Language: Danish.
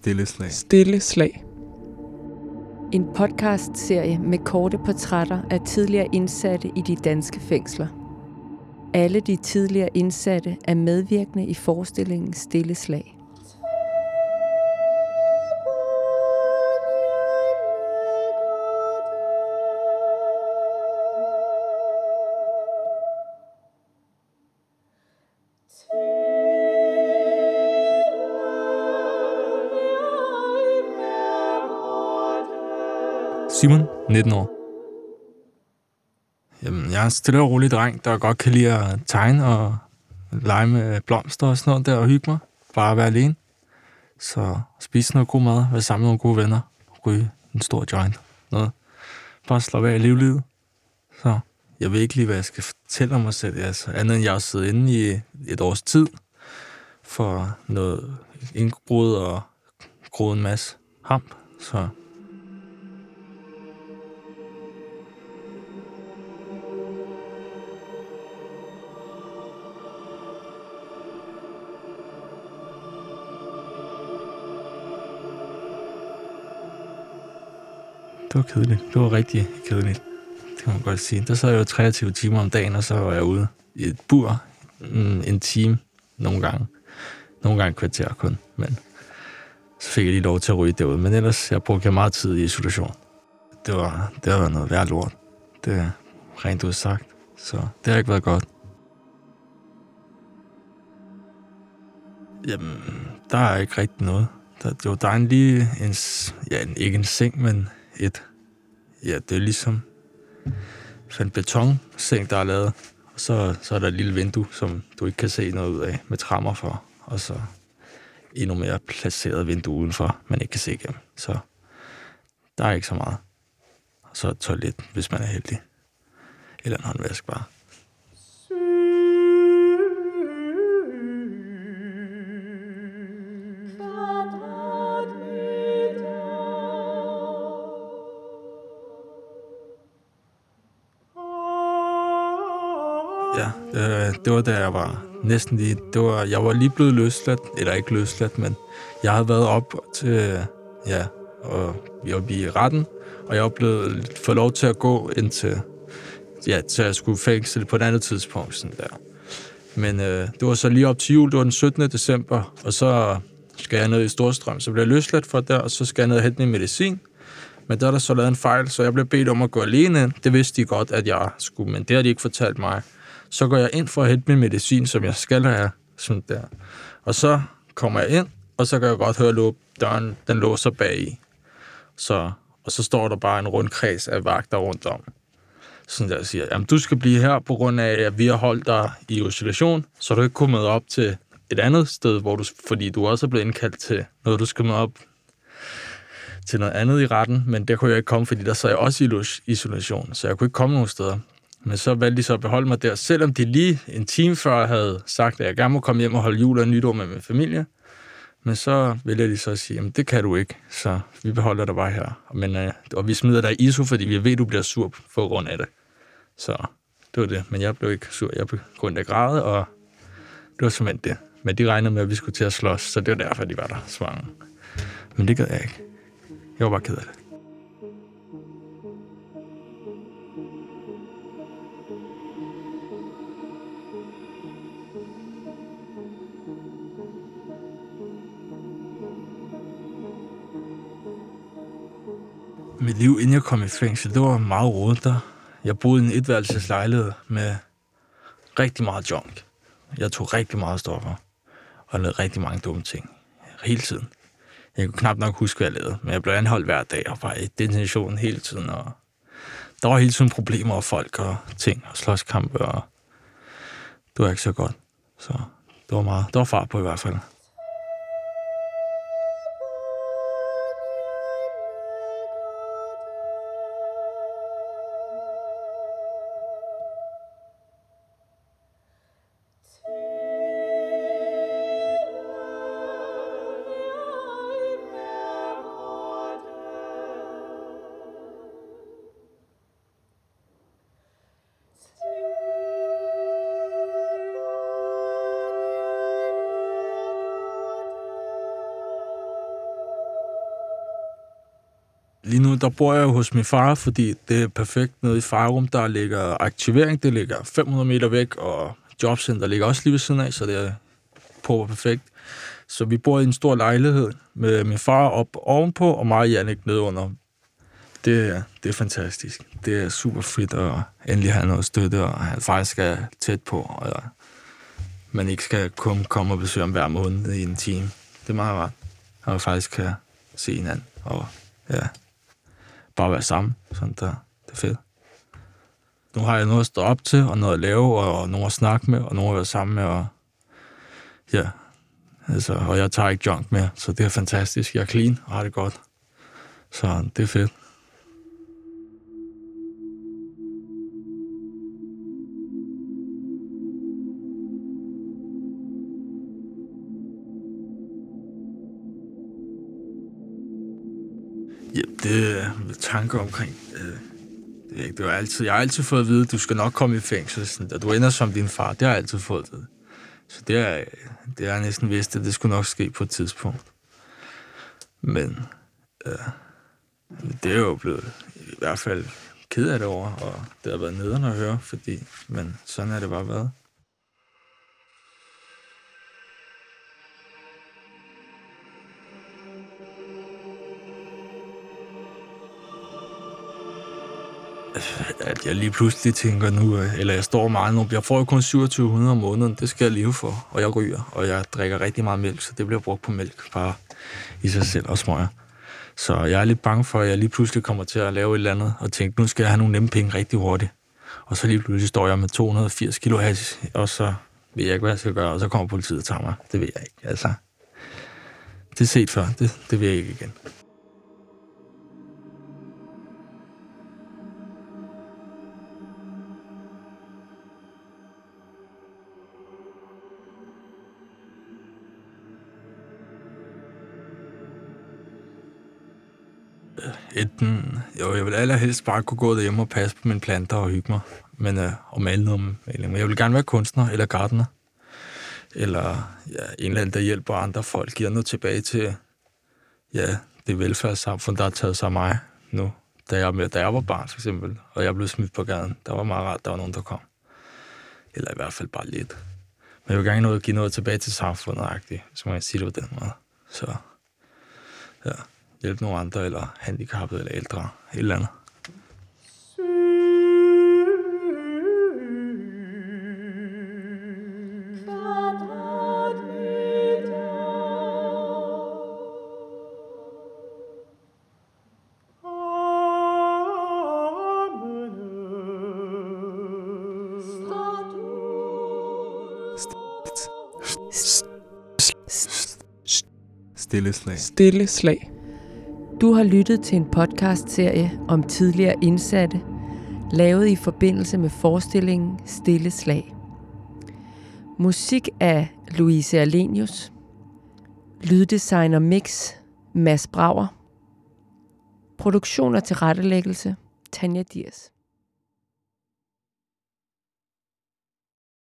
Stille slag. Stille slag. En podcast-serie med korte portrætter af tidligere indsatte i de danske fængsler. Alle de tidligere indsatte er medvirkende i forestillingen Stille slag. Simon, 19 år. Jamen, jeg er en stille og rolig dreng, der godt kan lide at tegne og lege med blomster og sådan noget der og hygge mig. Bare være alene. Så spise noget god mad, være sammen med nogle gode venner, ryge en stor joint, noget. Bare slappe af i livlivet. Så jeg ved ikke lige, hvad jeg skal fortælle om mig selv. Altså, andet end jeg har siddet inde i et års tid for noget indbrud og groet en masse hamp. Så det var kedeligt. Det var rigtig kedeligt. Det kan man godt sige. Der sad jeg jo 23 timer om dagen, og så var jeg ude i et bur en time nogle gange. Nogle gange et kvarter kun, men så fik jeg lige lov til at ryge derude. Men ellers, jeg brugte meget tid i isolation. Det var noget værd lort. Det er rent udsagt. Så det har ikke været godt. Jamen, der er ikke rigtig noget. Der er ikke en seng, men det er ligesom en betonseng, der er lavet. Og så er der et lille vindue, som du ikke kan se noget ud af, med tremmer for. Og så endnu mere placeret vindue udenfor, man ikke kan se igennem. Så der er ikke så meget. Og så et toilet, hvis man er heldig. Eller en håndvask bare. Ja, det var da jeg var næsten lige... Jeg var lige blevet løsladt, eller ikke løsladt, men jeg havde været op til... Ja, og jeg var i retten, og jeg var blevet fået lov til at gå indtil... Ja, til jeg skulle fængsel på et andet tidspunkt, sådan der. Men det var så lige op til jul, det var den 17. december, og så skal jeg ned i Storstrøm, så blev jeg løsladt fra der, og så skal jeg ned og hente min medicin. Men der er der så lavet en fejl, så jeg blev bedt om at gå alene. Det vidste de godt, at jeg skulle, men det har de ikke fortalt mig. Så går jeg ind for at hente min medicin, som jeg skal have, sådan der. Og så kommer jeg ind, og så kan jeg godt høre, at døren, den låser bagi. Og så står der bare en rundkreds af vagter rundt om. Sådan der siger, jamen du skal blive her på grund af, at vi har holdt dig i isolation, så du ikke kommet op til et andet sted, fordi du også er blevet indkaldt til noget, du skal med op til noget andet i retten, men der kunne jeg ikke komme, fordi der sad jeg også i isolation, så jeg kunne ikke komme nogen steder. Men så valgte de så at beholde mig der, selvom de lige en time før havde sagt, at jeg gerne må komme hjem og holde jul og nytår med min familie. Men så ville de så sige, jamen det kan du ikke, så vi beholder dig bare her. Og vi smider dig i ISO, fordi vi ved, at du bliver sur på grund af det. Så det var det, men jeg blev ikke sur. Jeg begyndte at græde, og det var simpelthen det. Men de regnede med, at vi skulle til at slås, så det var derfor, de var der så mange. Men det gad jeg ikke. Jeg var bare ked af det. Mit liv, inden jeg kom i fængsel, det var meget rodet der. Jeg boede i en etværelseslejlighed med rigtig meget junk. Jeg tog rigtig meget stoffer og lavede rigtig mange dumme ting. Hele tiden. Jeg kunne knap nok huske, hvad jeg lavede, men jeg blev anholdt hver dag og var i detention hele tiden. Og der var hele tiden problemer og folk og ting og slåskampe, og det var ikke så godt. Så det var meget. Der var fart på i hvert fald. lige nu, der bor jeg hos min far, fordi det er perfekt nede i Farum. Der ligger aktivering, det ligger 500 meter væk, og jobcenter ligger også lige ved siden af, så det er på perfekt. Så vi bor i en stor lejlighed med min far op ovenpå, og mig og Jannik nedunder. Det er fantastisk. Det er super fedt at endelig have noget støtte, og han faktisk er tæt på, og man ikke skal komme og besøge ham hver måned i en time. Det er meget rart, at man faktisk kan se hinanden, og bare være sammen. Sådan der. Det er fedt. Nu har jeg noget at stå op til, og noget at lave, og nogen at snakke med, og nogen at være sammen med, og og jeg tager ikke junk mere, så det er fantastisk. Jeg er clean og har det godt. Så det er fedt. Ja, det er tanker omkring. Jeg har altid fået at vide, at du skal nok komme i fængsel, sådan, at du ender som din far. Det har jeg altid fået at vide. Så det er jeg næsten vidst, at det skulle nok ske på et tidspunkt. Men det er jo blevet i hvert fald ked af det over, og det har været nederen at høre, men sådan er det bare været. At jeg lige pludselig tænker nu, eller jeg står meget nu, jeg får jo kun 2700 om måneden, det skal jeg leve for, og jeg ryger, og jeg drikker rigtig meget mælk, så det bliver brugt på mælk, bare i sig selv og smøger. Så jeg er lidt bange for, at jeg lige pludselig kommer til at lave et eller andet, og tænke, nu skal jeg have nogle nemme penge rigtig hurtigt. Og så lige pludselig står jeg med 280 kilo hash, og så ved jeg ikke, hvad jeg skal gøre, og så kommer politiet og tager mig. Det ved jeg ikke, altså. Det er set før, det vil jeg ikke igen. Jeg vil allerhelst bare kunne gå derhjemme og passe på mine planter og hygge mig, og male noget om maling. Men jeg vil gerne være kunstner eller gartner, eller en eller anden, der hjælper andre folk, giver noget tilbage til det velfærdssamfund, der har taget sig af mig nu. Da jeg var barn, for eksempel, og jeg blev smidt på gaden, der var meget rart, der var nogen, der kom. Eller i hvert fald bare lidt. Men jeg vil gerne give noget tilbage til samfundet-agtigt, så man kan sige det på den måde. Så hjælpe nogle andre, eller handicappede, eller ældre, et eller andet. Stille slag. Stille slag. Du har lyttet til en podcastserie om tidligere indsatte, lavet i forbindelse med forestillingen Stille slag. Musik af Louise Arlenius. Lyddesigner mix Mads Brauer. Produktion og tilrettelæggelse Tanja Diers.